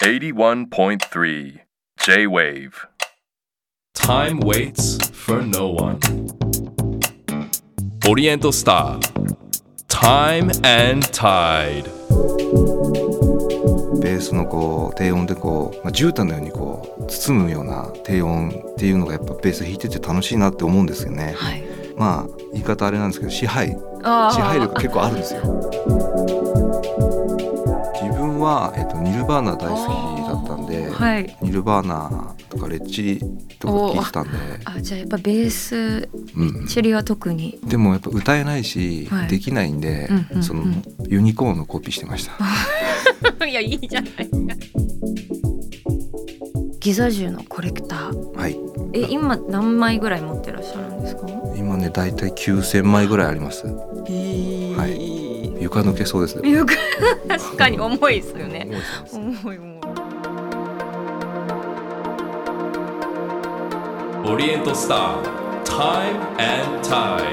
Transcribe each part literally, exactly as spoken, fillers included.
eighty-one point three J-Wave Time waits for no one. Oriental Star Time and Tide ベースのこう低音でこう、まあ、絨毯のようにこう包むような低音っていうのがやっぱベース弾いてて楽しいなって思うんですよね、 はい、 まあ言い方あれなんですけど支配支配力結構あるんですよ。自分は、えっと、ニルバーナ大好きだったんで、はい、ニルバーナとかレッチとか聞いてたんで、 あじゃあやっぱベースチリは特に、 うん、でもやっぱ歌えないし、はい、できないんで、うんうんうん、そのユニコーンのコピーしてましたいやいいじゃないですか。ギザ銃のコレクター、 はい、 え今何枚ぐらい持ってらっしゃるんですか？ 今ねだいたいきゅうせんまいぐらいあります。 えーはい、床抜けそうですね。 床確かに重いですよね。重い重い。 オリエントスター Time and Tide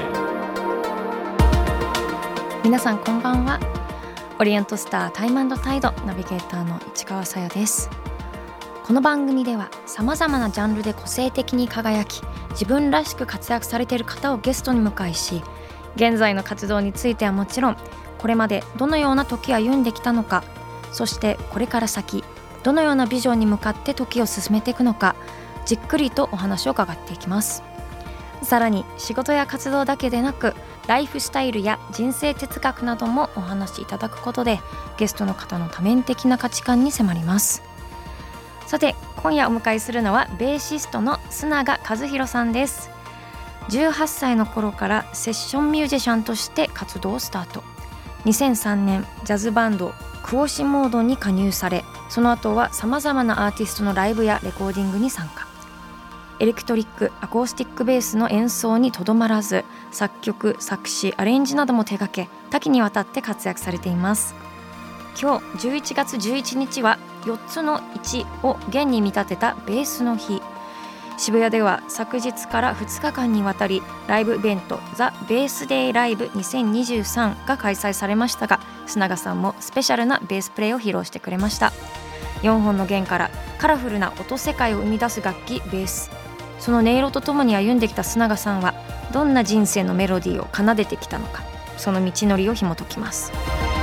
皆さんこんばんは。オリエントスタータイム&タイドナビゲーターの市川さやです。この番組ではさまざまなジャンルで個性的に輝き自分らしく活躍されている方をゲストに迎えし、現在の活動についてはもちろんこれまでどのような時を歩んできたのか、そしてこれから先どのようなビジョンに向かって時を進めていくのか、じっくりとお話を伺っていきます。さらに仕事や活動だけでなくライフスタイルや人生哲学などもお話しいただくことでゲストの方の多面的な価値観に迫ります。さて今夜お迎えするのはベーシストの須永和弘さんです。じゅうはっさいの頃からセッションミュージシャンとして活動をスタート。にせんさんねんジャズバンドクオシモードに加入され、その後はさまざまなアーティストのライブやレコーディングに参加。エレクトリック、アコースティックベースの演奏にとどまらず作曲、作詞、アレンジなども手掛け多岐にわたって活躍されています。今日じゅういちがつじゅういちにちはよっつのいちを弦に見立てたベースの日。渋谷では昨日からふつかかんにわたりライブイベントザ・ベースデイライブにせんにじゅうさんが開催されましたが、須永さんもスペシャルなベースプレイを披露してくれました。よんほんの弦からカラフルな音世界を生み出す楽器ベース、その音色とともに歩んできた須永さんはどんな人生のメロディーを奏でてきたのか、その道のりを紐解きます。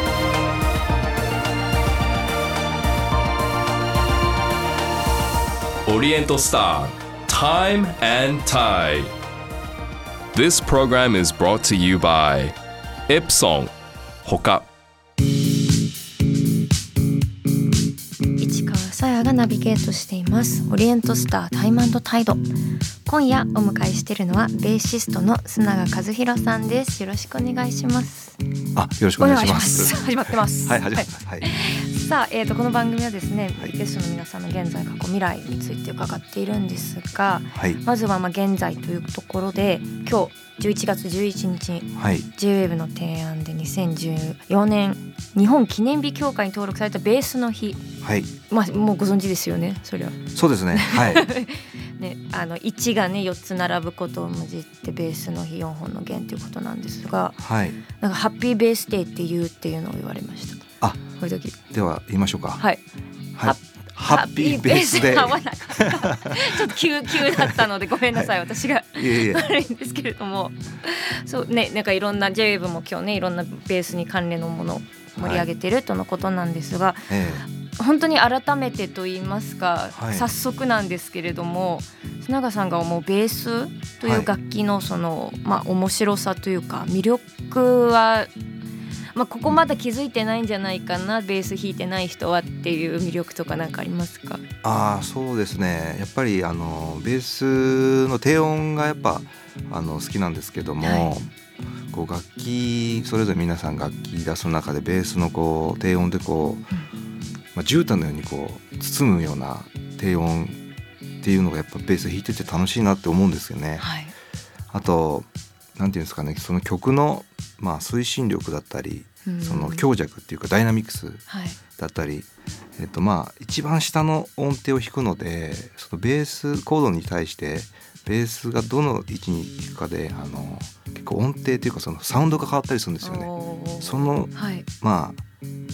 Oriental Star Time and Tide. This program is brought to you by Epson ほか。 市川さやがナビゲートしていますオリエントスタータイム&タイド。今夜お迎えしているのはベーシストの須永和弘さんです。よろしくお願いします。 あ、よろしくお願いします。 始まってます。 はい、始まってます。はい。 さあ、えーと、この番組はですね、はい、ゲストの皆さんの現在、過去、未来について伺っているんですが、はい、まずはまあ現在というところで、今日じゅういちがつじゅういちにちに、はい、ジェイウェーブ の提案でにせんじゅうよねん日本記念日協会に登録されたベースの日、はい、まあ、もうご存知ですよね。それはそうですね、はいね、あのいちがねよっつ並ぶことをもじってベースの日よんほんの弦ということなんですが、はい、なんかハッピーベースデーって言うっていうのを言われました。 あ、こういう時では言いましょうか。 はい、はい、ハッピーベースデー合わなかったちょっと急急だったのでごめんなさい、はい、私が悪いんですけれども、そうね、なんかいろんな ジェイウェーブ も今日ねいろんなベースに関連のものを盛り上げてるとのことなんですが、はい、えー、本当に改めてと言いますか、はい、早速なんですけれども、須永さんが思うベースという楽器のその、はい、まあ、面白さというか魅力は、まあ、ここまだ気づいてないんじゃないかな、ベース弾いてない人はっていう魅力とか何かありますか？ あ、そうですね、やっぱりあのベースの低音がやっぱあの好きなんですけども、はい、こう楽器それぞれ皆さん楽器出す中でベースのこう低音でこう、うん、まあ、絨毯のようにこう包むような低音っていうのがやっぱベース弾いてて楽しいなって思うんですよね、はい、あとなんていうんですかね、その曲のまあ推進力だったり、うん、その強弱っていうかダイナミクスだったり、はい、えっとまあ一番下の音程を弾くので、そのベースコードに対してベースがどの位置に弾くかであの結構音程というかそのサウンドが変わったりするんですよね。その、はい、まあ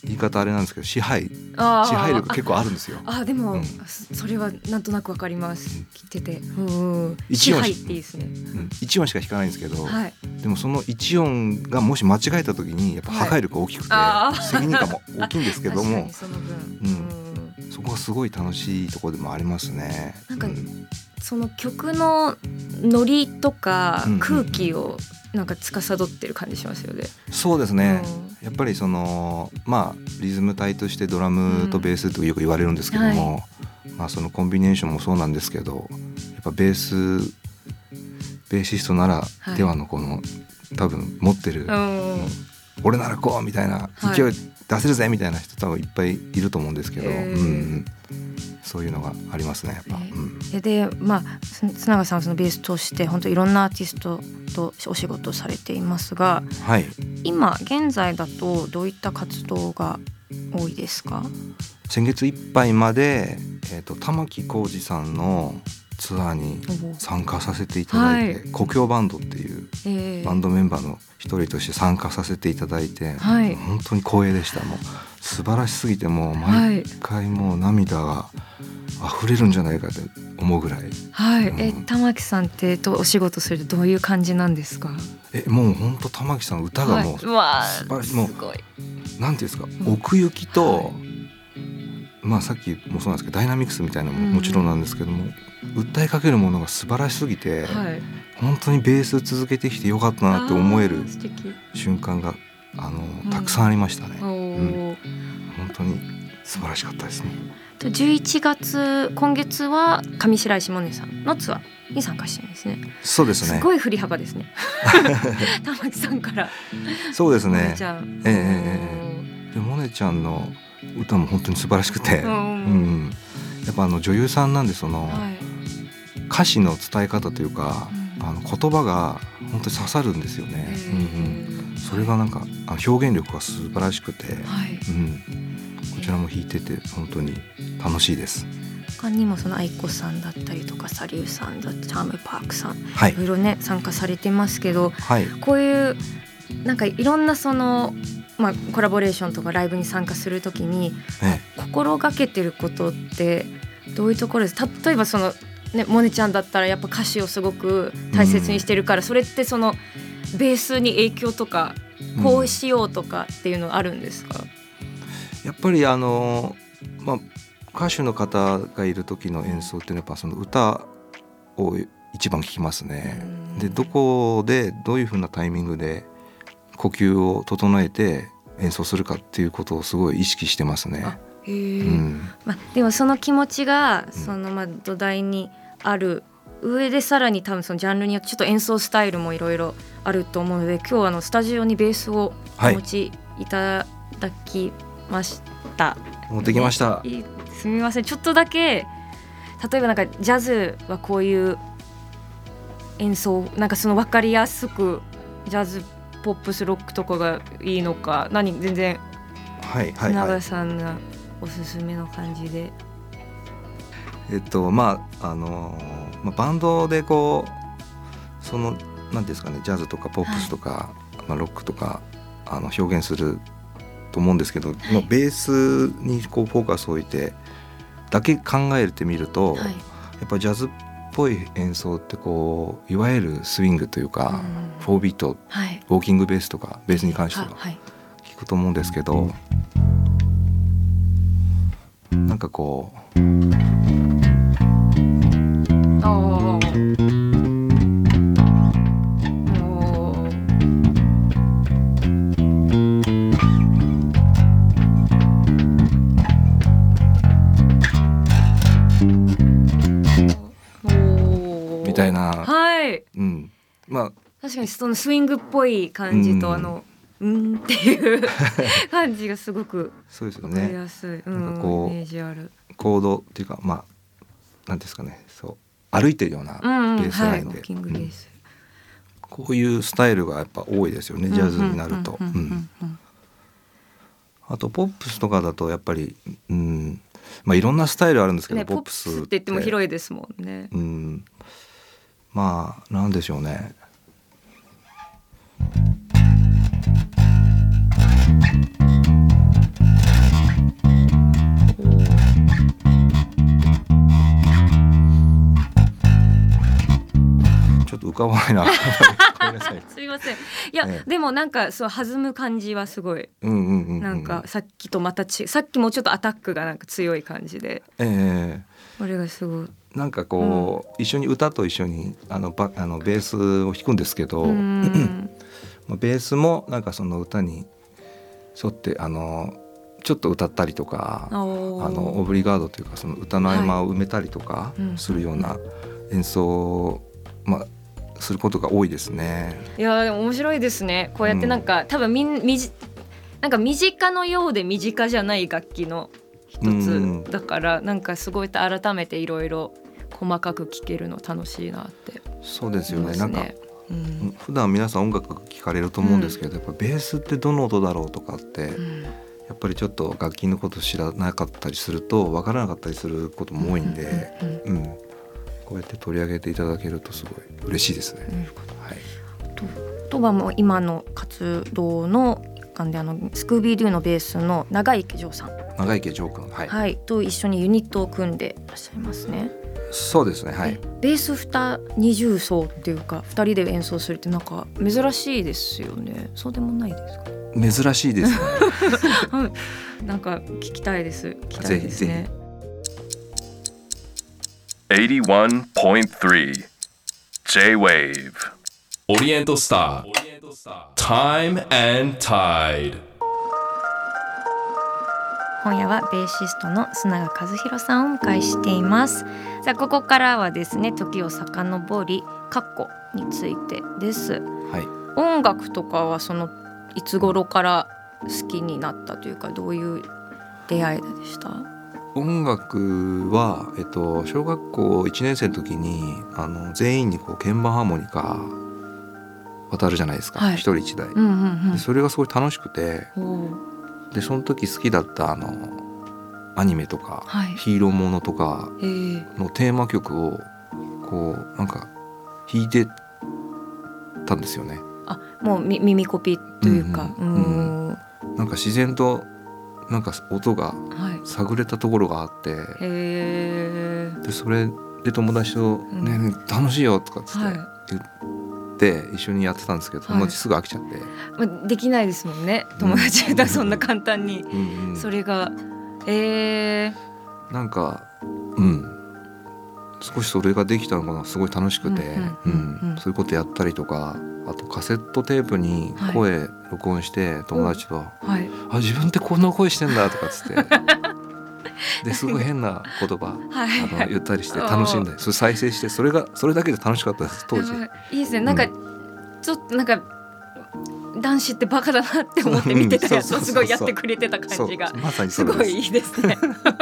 言い方あれなんですけど支配支あー配力結構あるんですよ。 あでも、 うんそれはなんとなくわかります聞いてて、うん、 一音支配っていいですね、 うんいち音しか弾かないんですけど、 はい、 でもそのいち音がもし間違えた時にやっぱ破壊力が大きくて、 あー責任感も大きいんですけど確かもにその分、 うんうんそこがすごい楽しいところでもありますね。 なんかうんその曲のノリとかうんうん空気をなんか司ってる感じしますよね。 そうですね、 うんやっぱりそのまあリズム隊としてドラムとベースとよく言われるんですけども、まあ、そのコンビネーションもそうなんですけどやっぱベースベーシストならではのこの、多分持ってる、 うん俺ならこうみたいなはい勢い出せるぜみたいな人多分いっぱいいると思うんですけど、 へーうんうんそういうのがありますねやっぱ、 えーうんえでまあつ須永さんはそのベースとして本当いろんなアーティストとお仕事をされていますが、 はい、 今現在だとどういった活動が多いですか？ 先月いっぱいまで、えーと、玉置浩二さんのツアーに参加させていただいて、 はい故郷バンドっていうえーバンドメンバーの一人として参加させていただいて、 はい本当に光栄でした。もう素晴らしすぎてもう毎回もう涙が溢れるんじゃないかと思うぐらい、 はい、 うんえ玉置さんってとお仕事するとどういう感じなんですか？ えもう本当玉置さん歌がもう、 はい、うわ素晴らしいもうすごい、 なんていうんですか、 ん奥行きと、 はいまあさっきもそうなんですけどダイナミクスみたいなのももちろんなんですけども、訴えかけるものが素晴らしすぎて、 はい、 本当にベース続けてきてよかったなって思えるあー素敵、 瞬間があの、 うんたくさんありましたね。 おー本当に素晴らしかったですね。 とじゅういちがつ今月は上白石萌音さんのツアーに参加してるんですね。 そうですね。 すごい振り幅ですね。玉置さんからそうですね。 ちゃん、 ええええでモネちゃんの歌も本当に素晴らしくて、 ううんん、やっぱあの女優さんなんでその、 はい、 歌詞の伝え方というか、 うんあの言葉が本当に刺さるんですよね。 へうんうん、 ーそれがなんかあの表現力が素晴らしくて、 はい、 うん、こちらも弾いてて本当に楽しいです。 他にもその愛子さんだったりとかサリューさんだったりチャームパークさん、 はいいろいろね参加されてますけど、 はい。 こういうなんかいろんなその、まあ、コラボレーションとかライブに参加するときにえ心がけてることってどういうところです？例えばそのねモネちゃんだったらやっぱ歌詞をすごく大切にしてるから、うん、それってそのベースに影響とかこうしようとかっていうのあるんですか？ うん、やっぱりあのまあ歌手の方がいる時の演奏っていうのはやっぱその歌を一番聞きますね。でどこでどういう風なタイミングで呼吸を整えて演奏するかっていうことをすごい意識してますね。 へー、 うんまあ、でもその気持ちがそのまあ土台にある上でさらに多分そのジャンルによってちょっと演奏スタイルもいろいろあると思うので今日はあのスタジオにベースをお持ちいただきました、 はい、持ってきました。 いいすみませんちょっとだけ例えばなんかジャズはこういう演奏なんかその分かりやすくジャズポップスロックとかがいいのか何全然はいはいはい長さんのおすすめの感じで、 えっとまああのーまあ、バンドでこうそのなんていうんですかねジャズとかポップスとか、はい、まあ、ロックとかあの表現すると思うんですけど、はい、まあ、ベースにこうフォーカスを置いてだけ考えてみると、はい、やっぱジャズっぽい演奏ってこういわゆるスイングというか、うん、フォービート、はい、ウォーキングベースとかベースに関しては聞くと思うんですけど、うん、なんかこうおみたいな、 はい、 うん、まあ確かにそのスイングっぽい感じと、うん、あのうんっていう感じがすごくそうですよね。わかりやすい、うん、なんかこうイメージあるコードっていうかまあなんですかね、そう歩いてるようなベースラインで、うんうん、はい、ウォーキングベース、うん、こういうスタイルがやっぱ多いですよね、ジャズになると。あとポップスとかだとやっぱり、うん、まあいろんなスタイルあるんですけど、 ね、 ポップスって, って言っても広いですもんね。 うん、まあなんでしょうね。 かばないなごめんなさいすみません。いや、 ええでもなんかそう弾む感じはすごい、 うんうんうんうん、 なんかさっきとまたちさっきもちょっとアタックがなんか強い感じで、 えこれがすごい。 えなんかこう、うん、一緒に歌と一緒にあのバあのベースを弾くんですけど、 うんベースもなんかその歌に沿ってあのちょっと歌ったりとか、あのオブリガードというかその歌の合間を埋めたりとかするような演奏を、まあ、することが多いですね。 いやでも面白いですね。こうやってなんか、うん、多分みんみじなんか身近のようで身近じゃない楽器の一つだから、うん、なんかすごい改めていろいろ細かく聴けるの楽しいなって。 そうですよね。なんか、うん、普段皆さん音楽聴かれると思うんですけど、うん、やっぱベースってどの音だろうとかって、うん、やっぱりちょっと楽器のこと知らなかったりすると分からなかったりすることも多いんで、うんうんうんうん、こうやって取り上げていただけるとすごい嬉しいですね。うんはい、 と, とはもう今の活動の一環であのスクービードゥのベースの長池丈さん、 長池丈君、はいはい、と一緒にユニットを組んでいらっしゃいますね。 そうですね、はい、 ベースにじゅう奏っていうかふたりで演奏するってなんか珍しいですよね。そうでもないですか？ 珍しいですねなんか聞きたいです聞きたいですね。 はちじゅういってんさん J-Wave オリエントスター Time and Tide。 今夜はベーシストの須永和弘さんをお迎えしています。さあここからはですね時を遡りカッコについてです、はい、音楽とかはそのいつ頃から好きになったというかどういう出会いでした？ 音楽は、えっと、小学校いちねん生の時にあの全員にこう鍵盤ハーモニカ渡るじゃないですか、はい、一人一台、うんうんうん、でそれがすごい楽しくて、でその時好きだったあのアニメとか、はい、ヒーローものとかのテーマ曲をこうなんか弾いてたんですよね。 あ、もう耳コピというか、うんうんうん、 なんか自然となんか音が探れたところがあって、はい、へでそれで友達と、ねえねえ楽しいよとかっつって言って一緒にやってたんですけど、はい、友達すぐ飽きちゃって、 まあ、できないですもんね友達がそんな簡単に、うんうん、それがえー、 なんかうん少しそれができたのがすごい楽しくて、うんうん、そういうことやったりとか、あとカセットテープに声録音して友達と、はい、あ自分ってこんな声してんだとかっつってですごい変な言葉、はい、あの言ったりして楽しんでそれ再生してそれがそれだけで楽しかったです当時。 いいですね。なんか、うん、ちょっとなんか男子ってバカだなって思って見てたやつをすごいやってくれてた感じがすごいいいですね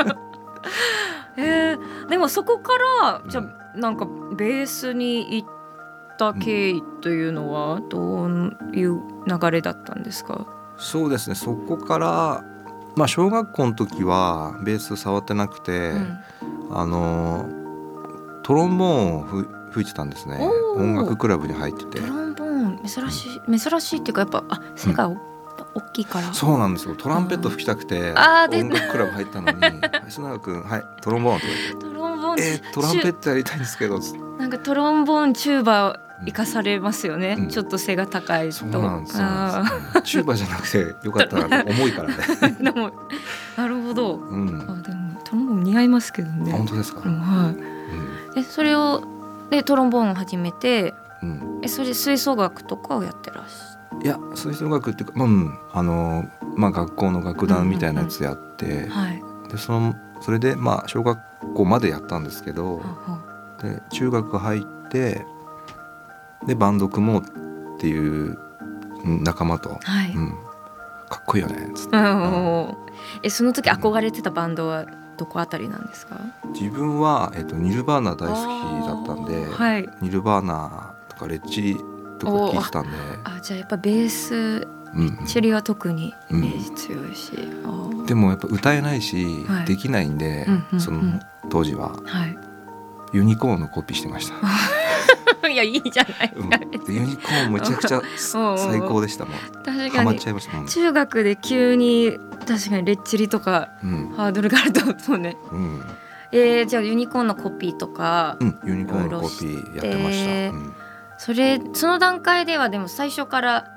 えー、でもそこからじゃあなんかベースに行った経緯というのはどういう流れだったんですか？ そうですね、そこからまあ小学校の時はベース触ってなくて、うん、あのトロンボーンをふ吹いてたんですね。音楽クラブに入ってて。 トロンボーン珍しい、うん、珍しいっていうかやっぱあ背が、うん大きいから。 そうなんですよ。トランペット吹きたくて音楽クラブ入ったのに須永君はいトロンボーンと言ってトロンボーン、えー、トランペットやりたいんですけどなんかトロンボーンチューバー生かされますよね、うん、ちょっと背が高いと。そうなんですよ、うん、チューバーじゃなくてよかったな重いからねでもなるほど、うん、あでもトロンボーン似合いますけどね。 本当ですか、 うんはいうん、えそれをでトロンボーンを始めて、うん、えそれで吹奏楽とかをやってらっしゃる？ いや吹奏楽っていうか、まあうんあのまあ、学校の楽団みたいなやつやって、うんうんうんはい、で そ, のそれで、まあ、小学校までやったんですけど、うんうん、で中学入ってでバンド組もうっていう仲間と、はいうん、かっこいいよねっつって、うんうん、えその時憧れてたバンドはどこあたりなんですか？ 自分は、えっと、ニルバーナ大好きだったんで、はい、ニルバーナとかレッチリとか聞いてたんで。 あじゃあやっぱベース、うん、チェリは特にイメージ強いし、 うん、でもやっぱ歌えないし、はい、できないんで、うんうんうん、その当時は、はい、ユニコーンのコピーしてましたいやいいじゃないですか、 うん、ユニコーンめちゃくちゃ最高でしたもん。確かにハマっちゃいました、うん、 中学で急に確かにレッチリとか、うん、ハードルがあるとそうね、うんえー、じゃあユニコーンのコピーとか、 うん、ユニコーンのコピーやってました、うんそれその段階ではでも最初から、 うん、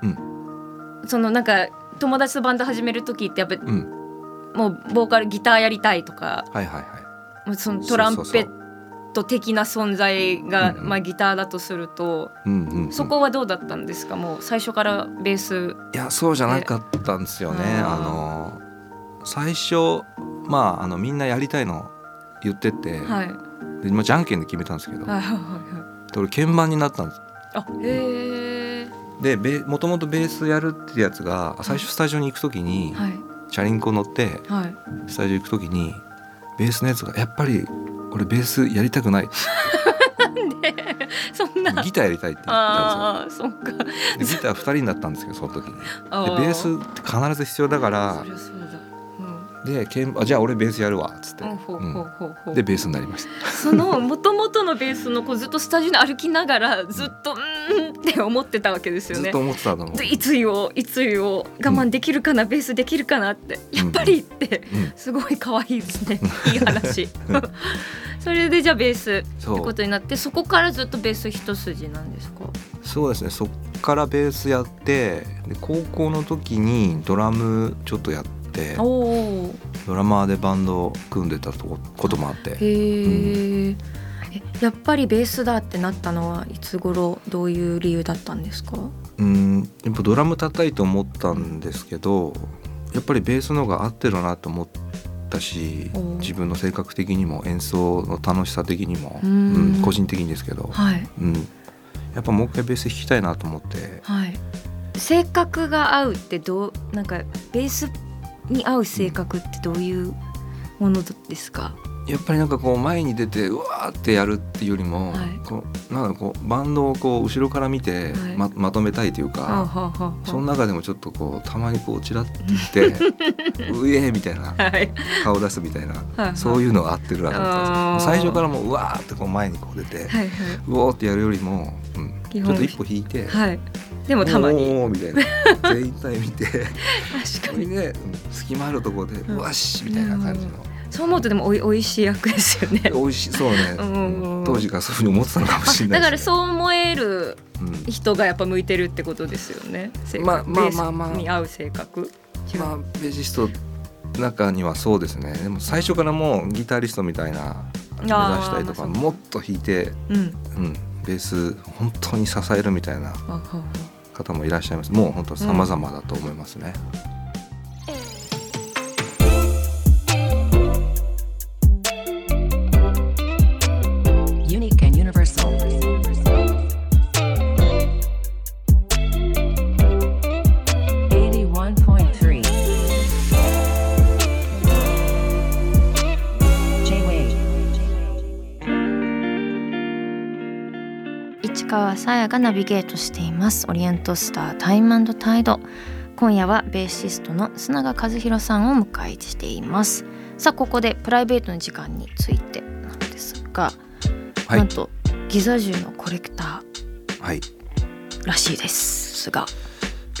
そのなんか友達とバンド始める時ってやっぱ、うん、もうボーカルギターやりたいとか、 はいはいはい、 もうそのトランペット的な存在が、まあ、ギターだとすると、うんうんうん、そこはどうだったんですか？もう最初からベース。 いやそうじゃなかったんですよね。あの最初、まあ、あのみんなやりたいの言ってて、はい、で、まあ、じゃんけんで決めたんですけど、はいはいはい、で俺鍵盤になったんです。 あへでもともとベースやるってやつが最初スタジオに行くときに、はい、チャリンコ乗って、はい、スタジオ行くときにベースのやつがやっぱり俺ベースやりたくないなんでそんなギターやりたいって言ったんですよ。 あそっか。 でギターふたりになったんですけどその時にでベースって必ず必要だからそりゃそうだ、 であじゃあ俺ベースやるわっつって、うん、でベースになりました。 その元々のベースの子ずっとスタジオに歩きながらずっとうんって思ってたわけですよね。 ずっと思ってたの。 いつ言おういつ言おう我慢できるかな、うん、ベースできるかなってやっぱりって、うん、すごい可愛いですね、うん、いい話それでじゃあベースってことになってそこからずっとベース一筋なんですか？ そうですね、そっからベースやってで高校の時にドラムちょっとやってドラマーでバンドを組んでたこともあって。へー、うん、えやっぱりベースだってなったのはいつ頃どういう理由だったんですか？ うんやっぱドラム叩いて思ったんですけどやっぱりベースの方が合ってるなと思ったし自分の性格的にも演奏の楽しさ的にも、うん、うん、個人的にですけど、はいうん、やっぱもう一回ベース弾きたいなと思って、はい、 性格が合うってどうなんかベースに合う性格ってどういうものですか？ やっぱりなんかこう前に出てうわーってやるっていうよりも、はい、こうなんかこうバンドをこう後ろから見て ま,、はい、まとめたいというか、はあはあはあ、その中でもちょっとこうたまにこうチラッていってうえーみたいな、はい、顔出すみたいな、はい、そういうのが合ってるなと思ったんです。最初からもううわーってこう前にこう出て、はいはい、うおーってやるよりも、うん、ちょっと一歩引いて、はい、 でもたまにおーみたいな全体見て確かにね隙間あるところで、うん、うわっしみたいな感じの、 そう思うとでもおい、おいしい役ですよね。 おいしいそうね、うん、当時からそういうふうに思ってたのかもしれない、ね、 だからそう思える人がやっぱ向いてるってことですよね、うん、まあまあまあまあベースに合う性格、 まあ、ベーシスト中にはそうですね。でも最初からもうギタリストみたいな目指したりとかもっと弾いて、うんうん、ベース本当に支えるみたいな方もいらっしゃいます。もう本当様々だと思いますね、うん市川さやがナビゲートしていますオリエントスタータイム&タイド。今夜はベーシストの須永和弘さんを迎えしています。さあここでプライベートの時間についてなんですが、はい、なんとギザ銃のコレクターらしいですが、はい、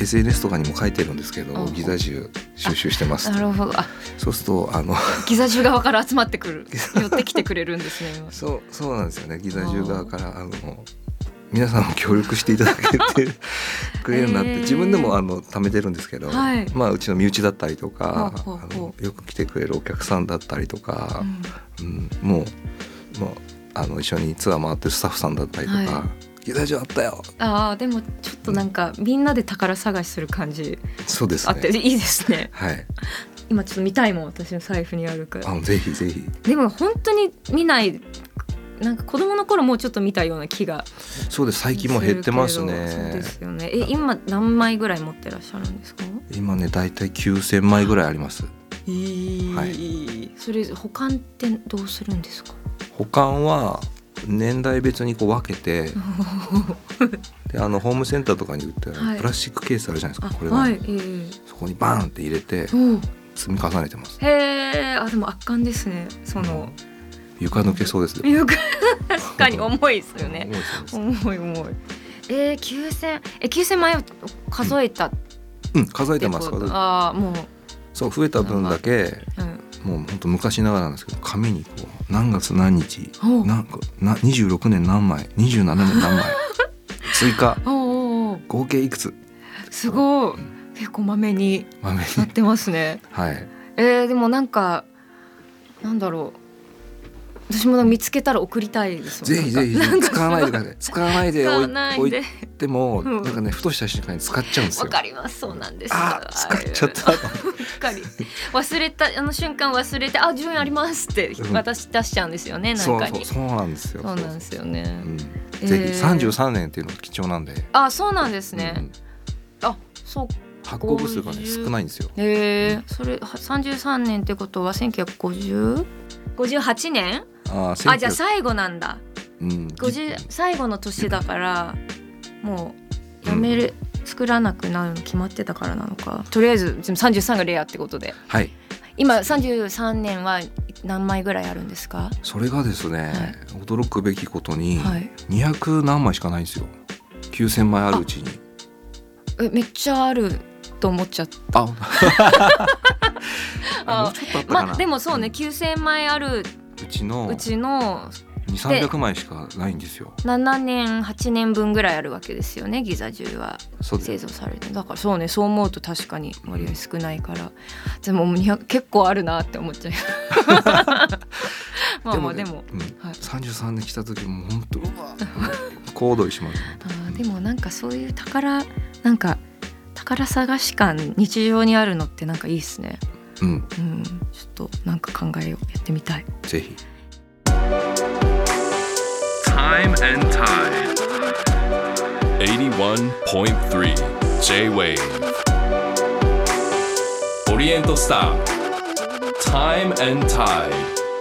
エスエヌエス とかにも書いてるんですけどギザ銃収集してます。 なるほど。あそうするとあのギザ銃側から集まってくる寄ってきてくれるんですねそうそうなんですよね。ギザ銃側からあの皆さんも協力していただけてくれるようになって、えー、自分でもあの貯めてるんですけど、はい、まあうちの身内だったりとかほうほうほうあのよく来てくれるお客さんだったりとか、うんうん、もう、もうあの一緒にツアー回ってるスタッフさんだったりとか、はい、ギザ銃あったよ。 あでもちょっとなんか、うん、みんなで宝探しする感じそうですね。 あっていいですね。 はい。 今ちょっと見たいもん私の財布にあるから。 あぜひぜひ。 でも本当に見ないなんか子供の頃もうちょっと見たような気が。 そうです。最近も減ってますね。 そうですよね。え今何枚ぐらい持ってらっしゃるんですか？ 今ねだいたいきゅうせんまいぐらいあります。 えーはい、それ保管ってどうするんですか？ 保管は年代別にこう分けてであのホームセンターとかに売ってるプラスチックケースあるじゃないですか、はい、これが、はいえー、そこにバーンって入れて積み重ねてます。 へーあでも圧巻ですね。その床抜けそうですね。床確かに重いですよね。重い重い。えー、きゅうせんえきゅうせんまいを数えた、 うん、うん、数えてます。 あもうそう増えた分だけ、うん、もう本当昔ながらなんですけど紙にこう何月何日なんかなにじゅうろくねん何枚にじゅうななねん何枚追加おーおー合計いくつすごい結構まめにまめになってますねはいえー、でもなんかなんだろう私も見つけたら送りたいですもん。 ぜひぜひなんか使わないでください使わないで使置いわないで置いても、 うんなんかねふとした瞬間に使っちゃうんですよ。 わかりますそうなんですあ使っちゃったうっかり忘れたあの瞬間忘れてあ順位ありますってうん私出しちゃうんですよねそう中にそうそうなんですよ。 そうなんですよね、 うんえーぜひさんじゅうさんねんっていうのが貴重なんで、 あそうなんですね、 うんあそう発行部数がねごじゅう少ないんですよ。 えー、それはさんじゅうさんねんってことはせんきゅうひゃくごじゅう ごじゅうはちねんああじゃあ最後なんだうんごじゅう最後の年だからもうやめる、うん、作らなくなるの決まってたからなのかとりあえずさんじゅうさんがレアってことではい今さんじゅうさんねんは何枚ぐらいあるんですか？ それがですね、はい、驚くべきことににひゃく何枚しかないんですよ。きゅうせんまいあるうちにえめっちゃあると思っちゃったああもうちょっとあったかな、 まあ、でもそうねきゅうせんまいあるうちのうちのにせんさんびゃくまいしかないんですよ。 ななねんはちねんぶんぐらいあるわけですよねギザじゅうは製造されてだからそうねそう思うと確かに割合少ないから、うん、でもにひゃく結構あるなって思っちゃうまあまあでも、ねでもうんはい、さんじゅうさんねん来た時も本当うわ小躍りします、ね、 あでもなんかそういう宝なんか宝探し感日常にあるのってなんかいいですね。 うん、 うん、ちょっとなんか考えをやってみたい。 ぜひ。 Time and Tide eighty-one point three J-Wave オリエントスター Time and Tide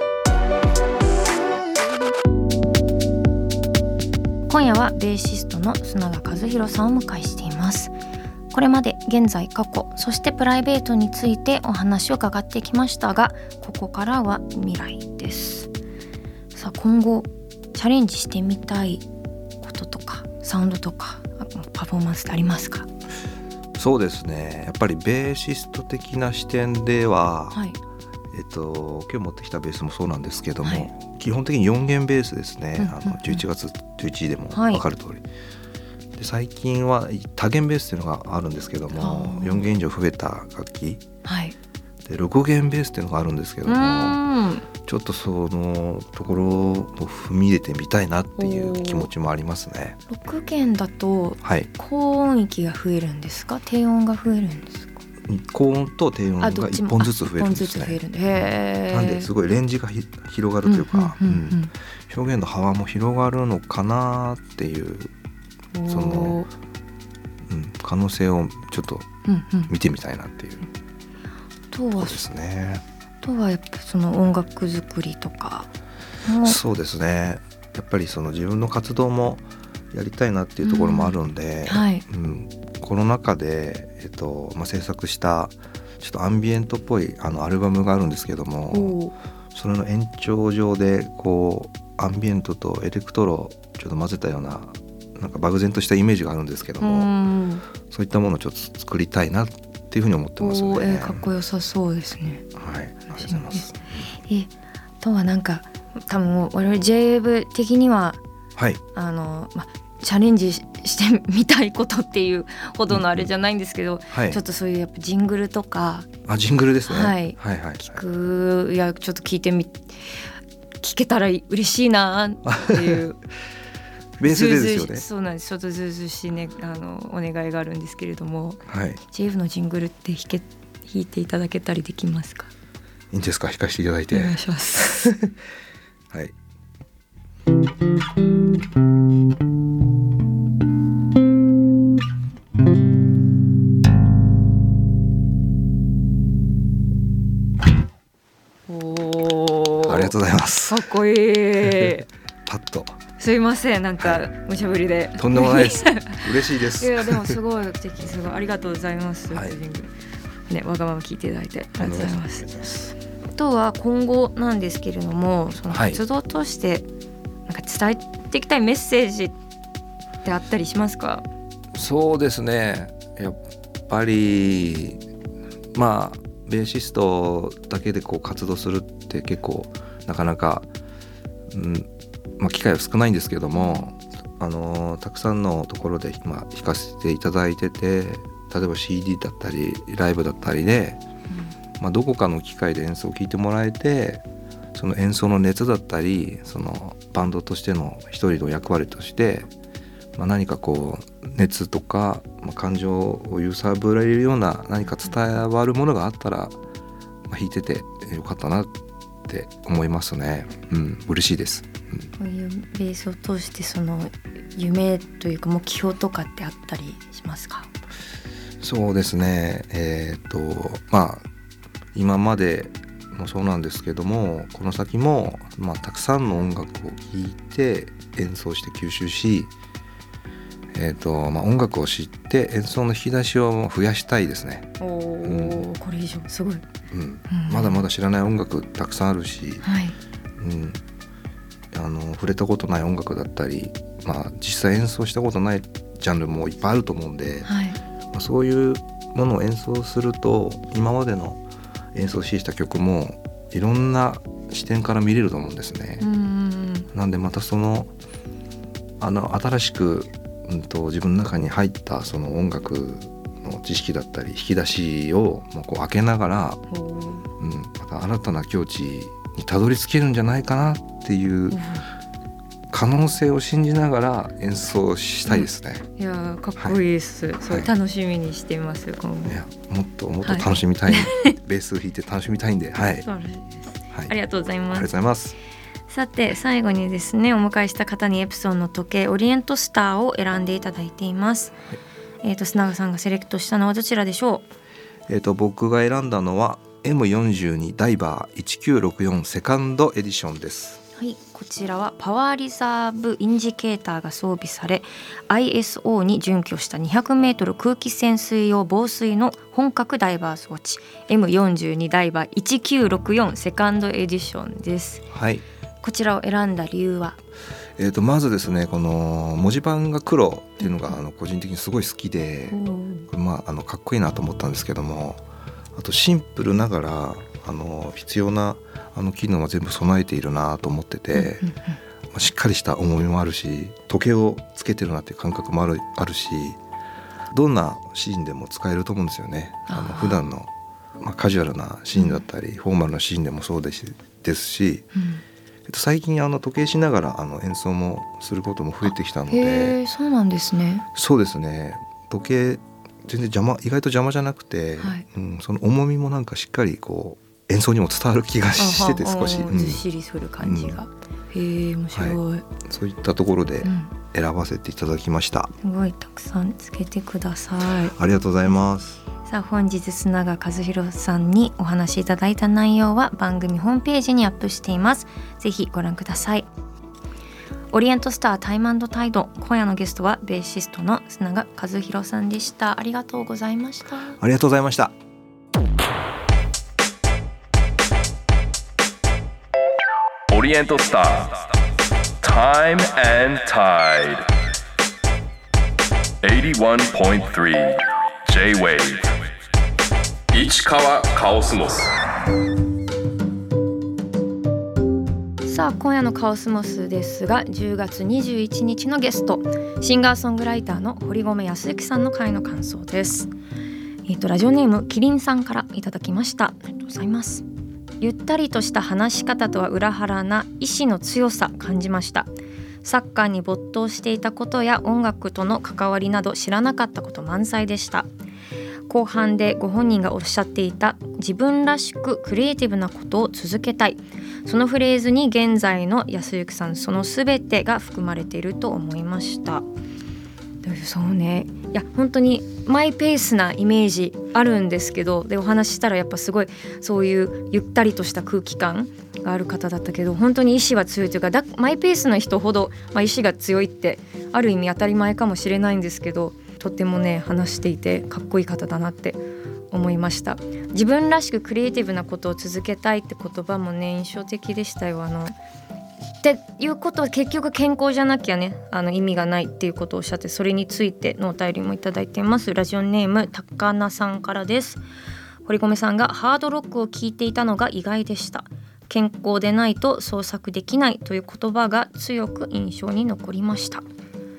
今夜はベーシストの須永和弘さんをお迎えしています。これまで現在過去そしてプライベートについてお話を伺ってきましたがここからは未来です。さあ今後チャレンジしてみたいこととかサウンドとかパフォーマンスってありますか？ そうですねやっぱりベーシスト的な視点では、はいえっと、今日持ってきたベースもそうなんですけども、はい、基本的によん弦ベースですね、うんうんうん、あのじゅういちがつじゅういちにちでも分かる通り、はい、で最近は多弦ベースっていうのがあるんですけどもよん弦以上増えた楽器、はい、でろく弦ベースっていうのがあるんですけどもちょっとそのところを踏み入れてみたいなっていう気持ちもありますね。 ろく弦だと高音域が増えるんですか、はい、低音が増えるんですか？ 高音と低音がいっぽんずつ増えるんですね。へー。なんですごいレンジがひ広がるというか、うんうんうんうん、表現の幅も広がるのかなっていうその、うん、可能性をちょっと見てみたいなっていうところですね。 あとはやっぱその音楽作りとかそうですねやっぱりその自分の活動もやりたいなっていうところもあるんで、うんはいうん、コロナ禍で、えっとまあ、制作したちょっとアンビエントっぽいあのアルバムがあるんですけどもそれの延長上でこうアンビエントとエレクトロをちょっと混ぜたようななんか漠然としたイメージがあるんですけどもそういったものをちょっと作りたいなっていうふうに思ってますね。 えー、かっこよさそうですね。 はい、ありがとうございます。 えとはなんか多分我々 ジェイウェーブ 的には、 はいあのま、チャレンジしてみたいことっていうほどのあれじゃないんですけど、うんうんはい、ちょっとそういうやっぱジングルとかあジングルですね、 はい、はいはい聞くいやちょっと聞いてみ聞けたら嬉しいなっていうベースでですよね。 そうなんです。ちょっとずうずうしいねあのお願いがあるんですけれども、 はい、 ジェイエフ のジングルって弾け弾いていただけたりできますか？ いいんですか？弾かせていただいて。 お願いします。 はい。おありがとうございます。 かっこいい。 パッと。 すいませんなんか無茶ぶりで、 はい、とんでもないです嬉しいです。 いやでもすごい素敵すごいありがとうございます、はい、ねわがまま聞いていただいてありがとうございます。あとは今後なんですけれどもその活動としてなんか伝えていきたいメッセージってあったりしますか？ そうですねやっぱりまあベーシストだけでこう活動するって結構なかなか、うんまあ、機会は少ないんですけどもあのたくさんのところで今弾かせていただいてて、例えば シーディー だったりライブだったりで、うんまあ、どこかの機会で演奏を聴いてもらえて、その演奏の熱だったりそのバンドとしての一人の役割として、まあ、何かこう熱とか、まあ、感情を揺さぶられるような何か伝わるものがあったら、まあ、弾いててよかったなって思いますね。うん、嬉しいです。うん、 こういうベースを通してその夢というか目標とかってあったりしますか？ そうですね、えー、っとまあ今までもそうなんですけども、この先も、まあ、たくさんの音楽を聴いて演奏して吸収し、えーとまあ、音楽を知って演奏の引き出しを増やしたいですね。 おー、うん、これ以上すごい、 うんうん、まだまだ知らない音楽たくさんあるし、 はいうん、あの触れたことない音楽だったり、まあ、実際演奏したことないジャンルもいっぱいあると思うんで、 はいまあ、そういうものを演奏すると今までの演奏した曲もいろんな視点から見れると思うんですね。うんうん、なんでまたそのあの新しく、うんと、自分の中に入ったその音楽の知識だったり引き出しをもうこう開けながら、うん、また新たな境地にたどり着けるんじゃないかなっていう可能性を信じながら演奏したいですね。 うん、いやかっこいいです、はい、それ楽しみにしています、はい、今後。 いやもっともっと楽しみたい、はい、ベース弾いて楽しみたいんで、はい、 そうです、はい、ありがとうございます。 ありがとうございます。 さて最後にですね、お迎えした方にエプソンの時計オリエントスターを選んでいただいています。はい、えーと須永さんがセレクトしたのはどちらでしょう？えーと僕が選んだのは エムよんじゅうに ダイバーせんきゅうひゃくろくじゅうよんセカンドエディションです。 はい、こちらはパワーリザーブインジケーターが装備され アイエスオー に準拠した にひゃくメートル 空気潜水用防水の本格ダイバー装置 エムよんじゅうに ダイバーせんきゅうひゃくろくじゅうよんセカンドエディションです。はい、こちらを選んだ理由は？ えー、とまずですね、この文字盤が黒っていうのがあの個人的にすごい好きで、これまああのかっこいいなと思ったんですけども、あとシンプルながらあの必要なあの機能は全部備えているなと思ってて、まあ、しっかりした重みもあるし時計をつけてるなっていう感覚もある、あるし、どんなシーンでも使えると思うんですよね。あの普段の、まあ、カジュアルなシーンだったり、うん、フォーマルなシーンでもそうですし、ですし、うんえっと、最近あの時計しながらあの演奏もすることも増えてきたので。 へー、そうなんですね。 そうですね、時計全然邪魔、意外と邪魔じゃなくて、はいうん、その重みもなんかしっかりこう演奏にも伝わる気がしてて、少し、うん、 ずっしりする感じが、うん、へえ面白い、はい、 そういったところで選ばせていただきました。 すごいたくさんつけてください。 ありがとうございます。 さあ本日須永和弘さんにお話しいただいた内容は番組ホームページにアップしています。ぜひご覧ください。オリエントスタータイム&タイド、今夜のゲストはベーシストの須永和弘さんでした。ありがとうございました。 ありがとうございました。 オリエントスタータイム&タイド はちじゅういちてんさん J-Wave 市川カオスモス。 さあ今夜のカオスモスですが、じゅうがつにじゅういちにちのゲスト、シンガーソングライターの堀米康之さんの回の感想です。えーと、ラジオネームキリンさんからいただきました。ありがとうございます。ゆったりとした話し方とは裏腹な意志の強さ感じました。サッカーに没頭していたことや音楽との関わりなど知らなかったこと満載でした。後半でご本人がおっしゃっていた自分らしくクリエイティブなことを続けたい、そのフレーズに現在の康之さんその全てが含まれていると思いました。そうね、いや本当にマイペースなイメージあるんですけど、でお話ししたらやっぱすごいそういうゆったりとした空気感がある方だったけど、本当に意志は強いというか、だマイペースな人ほど、まあ、意志が強いってある意味当たり前かもしれないんですけど、とってもね話していてかっこいい方だなって思いました。自分らしくクリエイティブなことを続けたいって言葉もね印象的でしたよ。あのっていうことは結局健康じゃなきゃねあの意味がないっていうことをおっしゃって、それについてのお便りもいただいています。ラジオネーム高菜さんからです。堀米さんがハードロックを聴いていたのが意外でした。健康でないと創作できないという言葉が強く印象に残りました。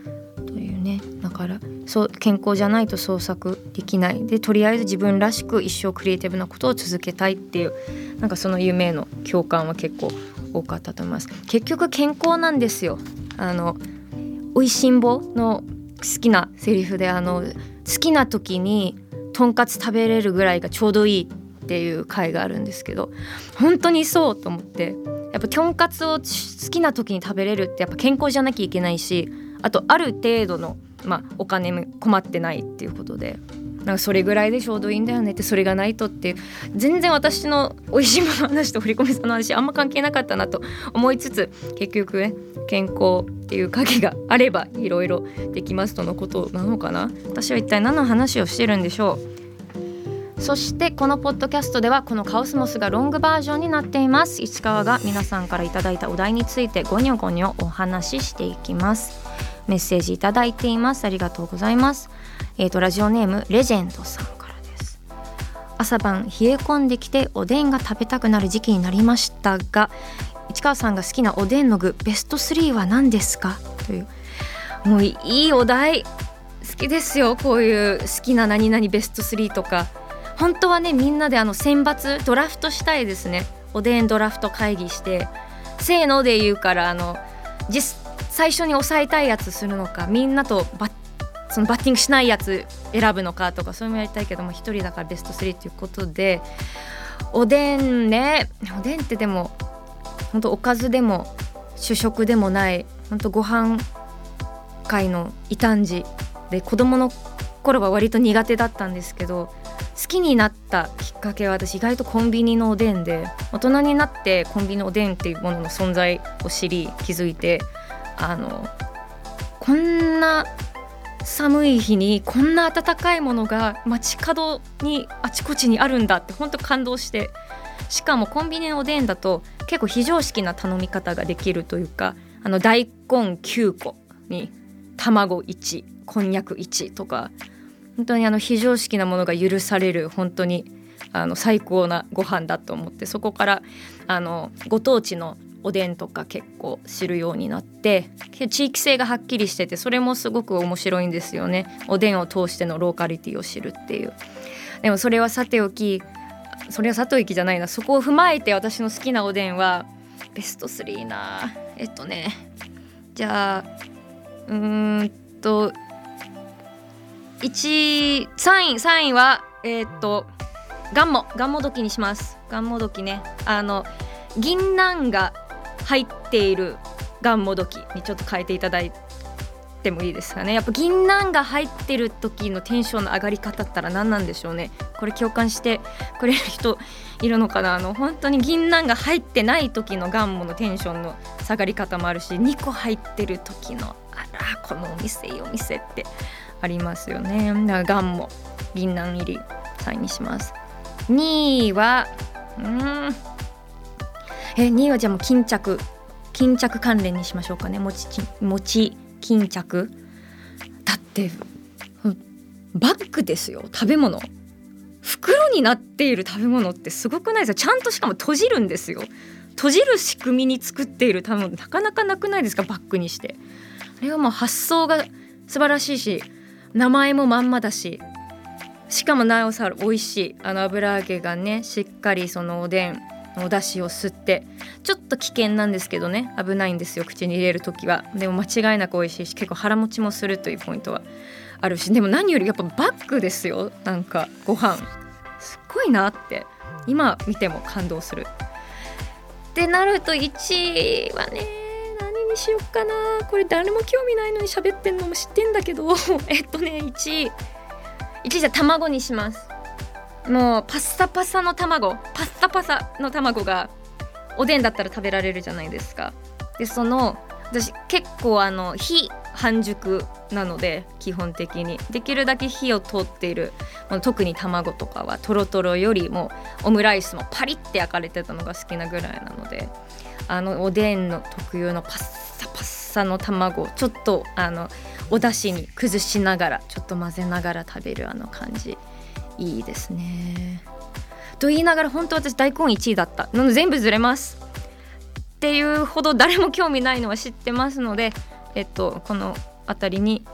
からそう健康じゃないと創作できないで、とりあえず自分らしく一生クリエイティブなことを続けたいっていう、なんかその夢への共感は結構多かったと思います。結局健康なんですよ。あのおいしんぼの好きなセリフで、あの好きな時にとんかつ食べれるぐらいがちょうどいいっていう回があるんですけど、本当にそうと思って、やっぱとんかつを好きな時に食べれるってやっぱ健康じゃなきゃいけないし、あとある程度の、まあ、お金も困ってないっていうことで、なんかそれぐらいでちょうどいいんだよねって、それがないとっていう、全然私のおいしいものの話と堀米さんの話あんま関係なかったなと思いつつ、結局ね健康っていう鍵があればいろいろできますとのことなのかな。私は一体何の話をしてるんでしょう。そしてこのポッドキャストではこのカオスモスがロングバージョンになっています。市川が皆さんからいただいたお題についてゴニョゴニョお話ししていきます。メッセージいただいています。ありがとうございます。えーとラジオネームレジェンドさんからです。朝晩冷え込んできておでんが食べたくなる時期になりましたが、市川さんが好きなおでんの具ベストスリーは何ですかという、もういいお題。好きですよ、こういう好きな何々ベストスリーとか。本当はねみんなであの選抜ドラフトしたいですね。おでんドラフト会議してせーので言うから、あの実最初に抑えたいやつするのか、みんなとバッそのバッティングしないやつ選ぶのかとか、そういうのやりたいけども一人だからベストスリーということで、おでんね、おでんってでも本当おかずでも主食でもない、本当ご飯界の異端児で、子供の頃は割と苦手だったんですけど、好きになったきっかけは私意外とコンビニのおでんで、大人になってコンビニのおでんっていうものの存在を知り気づいて、あのこんな寒い日にこんな温かいものが街角にあちこちにあるんだって本当感動して、しかもコンビニのおでんだと結構非常識な頼み方ができるというか、あの大根きゅうこに卵いち、こんにゃくいちとか、本当にあの非常識なものが許される本当にあの最高なご飯だと思って、そこからあのご当地のおでんとか結構知るようになって、地域性がはっきりしてて、それもすごく面白いんですよね。おでんを通してのローカリティを知るっていう。でもそれはさておき、それはさておきじゃないな、そこを踏まえて私の好きなおでんはベストスリーな、えっとねじゃあうーんといちいさんいさんいはえー、っとがんもがんもどきにします。がんもどきね、あの銀杏が入っているがんもどきにちょっと変えていただいてもいいですかね。やっぱ銀杏が入ってる時のテンションの上がり方ったら何なんでしょうね。これ共感してくれる人いるのかな。あの本当に銀杏が入ってない時のがんものテンションの下がり方もあるし、にこ入ってる時のあらこのお店いいお店ってありますよね。だからがんも銀杏入りさんいにします。にいはうーんえにいはじゃあもう巾着巾着関連にしましょうかね。餅餅巾着だってバッグですよ。食べ物袋になっている食べ物ってすごくないですか。ちゃんとしかも閉じるんですよ。閉じる仕組みに作っている食べ物なかなかなくないですか。バッグにして、あれはもう発想が素晴らしいし、名前もまんまだし、しかもなおさら美味しい。あの油揚げがねしっかりそのおでんのお出汁を吸って、ちょっと危険なんですけどね、危ないんですよ口に入れるときは。でも間違いなく美味しいし、結構腹持ちもするというポイントはあるし、でも何よりやっぱバッグですよ。なんかご飯すっごいなって今見ても感動するってなると、いちいはね何にしよっかな。これ誰も興味ないのに喋ってんのも知ってんだけどえっとねいちいいちいじゃ卵にします。もうパッサパサの卵パッサパサの卵がおでんだったら食べられるじゃないですか。でその私結構あの非半熟なので、基本的にできるだけ火を通っている、特に卵とかはトロトロよりもオムライスもパリって焼かれてたのが好きなぐらいなので、あのおでんの特有のパッサパッサの卵をちょっとあのお出汁に崩しながらちょっと混ぜながら食べるあの感じいいですね。と言いながら本当私大根いちいだったので全部ずれますっていうほど誰も興味ないのは知ってますので、えっとこのあたりに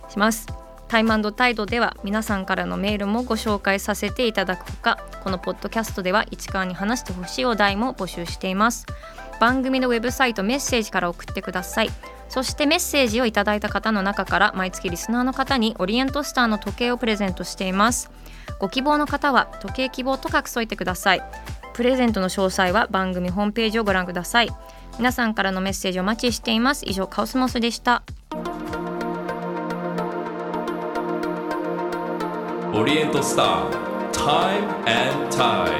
します。タイム&タイドでは皆さんからのメールもご紹介させていただくほか、このポッドキャストでは市川に話してほしいお題も募集しています。番組のウェブサイトメッセージから送ってください。そしてメッセージをいただいた方の中から毎月リスナーの方にオリエントスターの時計をプレゼントしています。ご希望の方は時計希望と書き添えてください。プレゼントの詳細は番組ホームページをご覧ください。皆さんからのメッセージお待ちしています。以上、カオスモスでした。 オリエントスター Time and Tide、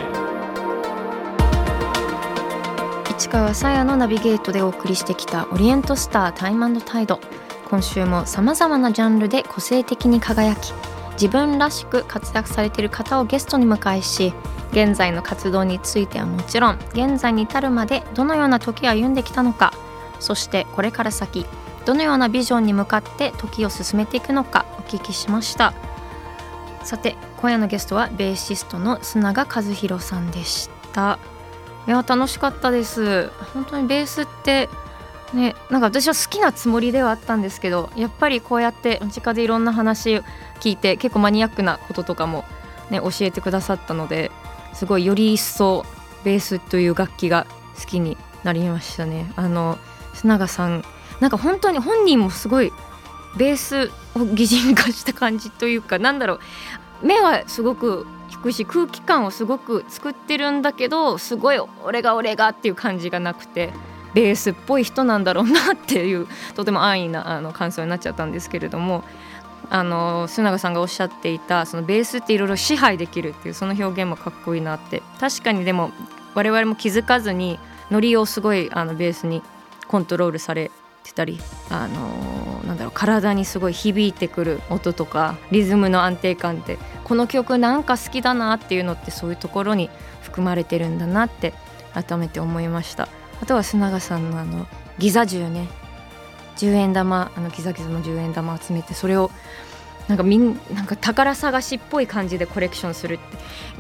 市川さやのナビゲートでお送りしてきたオリエントスタータイム&タイド。今週もさまざまなジャンルで個性的に輝き自分らしく活躍されている方をゲストに迎えし、現在の活動についてはもちろん現在に至るまでどのような時を歩んできたのか、そしてこれから先どのようなビジョンに向かって時を進めていくのかお聞きしました。さて今夜のゲストはベーシストの須永和弘さんでした。いや楽しかったです。本当にベースってね、なんか私は好きなつもりではあったんですけど、やっぱりこうやって間近でいろんな話を聞いて結構マニアックなこととかも、ね、教えてくださったので、すごいより一層ベースという楽器が好きになりましたね。あの須永さんなんか本当に本人もすごいベースを擬人化した感じというか、なんだろう、目はすごく低いし空気感をすごく作ってるんだけど、すごい俺が俺がっていう感じがなくて、ベースっぽい人なんだろうなっていうとても安易なあの感想になっちゃったんですけれども、あの須永さんがおっしゃっていたそのベースっていろいろ支配できるっていうその表現もかっこいいなって。確かにでも我々も気づかずにノリをすごいあのベースにコントロールされてたり、あのなんだろう、体にすごい響いてくる音とかリズムの安定感って、この曲なんか好きだなっていうのってそういうところに含まれてるんだなって改めて思いました。あとは須永さんのあのギザ銃ね、じゅうえん玉、あのギザギザのじゅうえん玉集めて、それをなんかみんなんか宝探しっぽい感じでコレクションするって、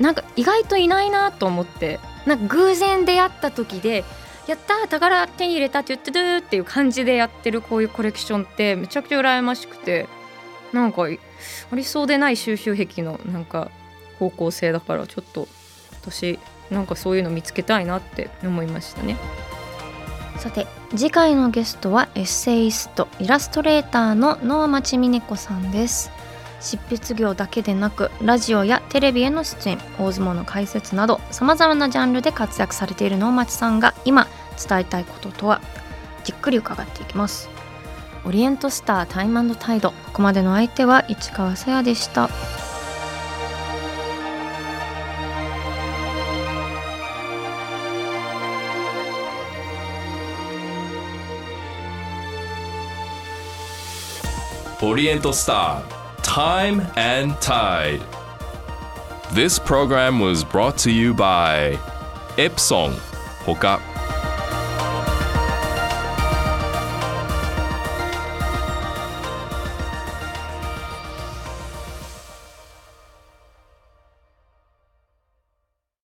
なんか意外といないなと思って、なんか偶然出会った時でやったー宝手に入れたって言ってるっていう感じでやってるこういうコレクションってめちゃくちゃ羨ましくて、なんかありそうでない収集癖のなんか方向性だから、ちょっと私なんかそういうの見つけたいなって思いましたね。さて次回のゲストはエッセイストイラストレーターの能町みね子さんです。執筆業だけでなくラジオやテレビへの出演、大相撲の解説などさまざまなジャンルで活躍されている能町さんが今伝えたいこととは、じっくり伺っていきます。オリエントスタータイム&タイド、ここまでの相手は市川さやでした。 オリエントスター Time and Tide. This program was brought to you by Epson ほか。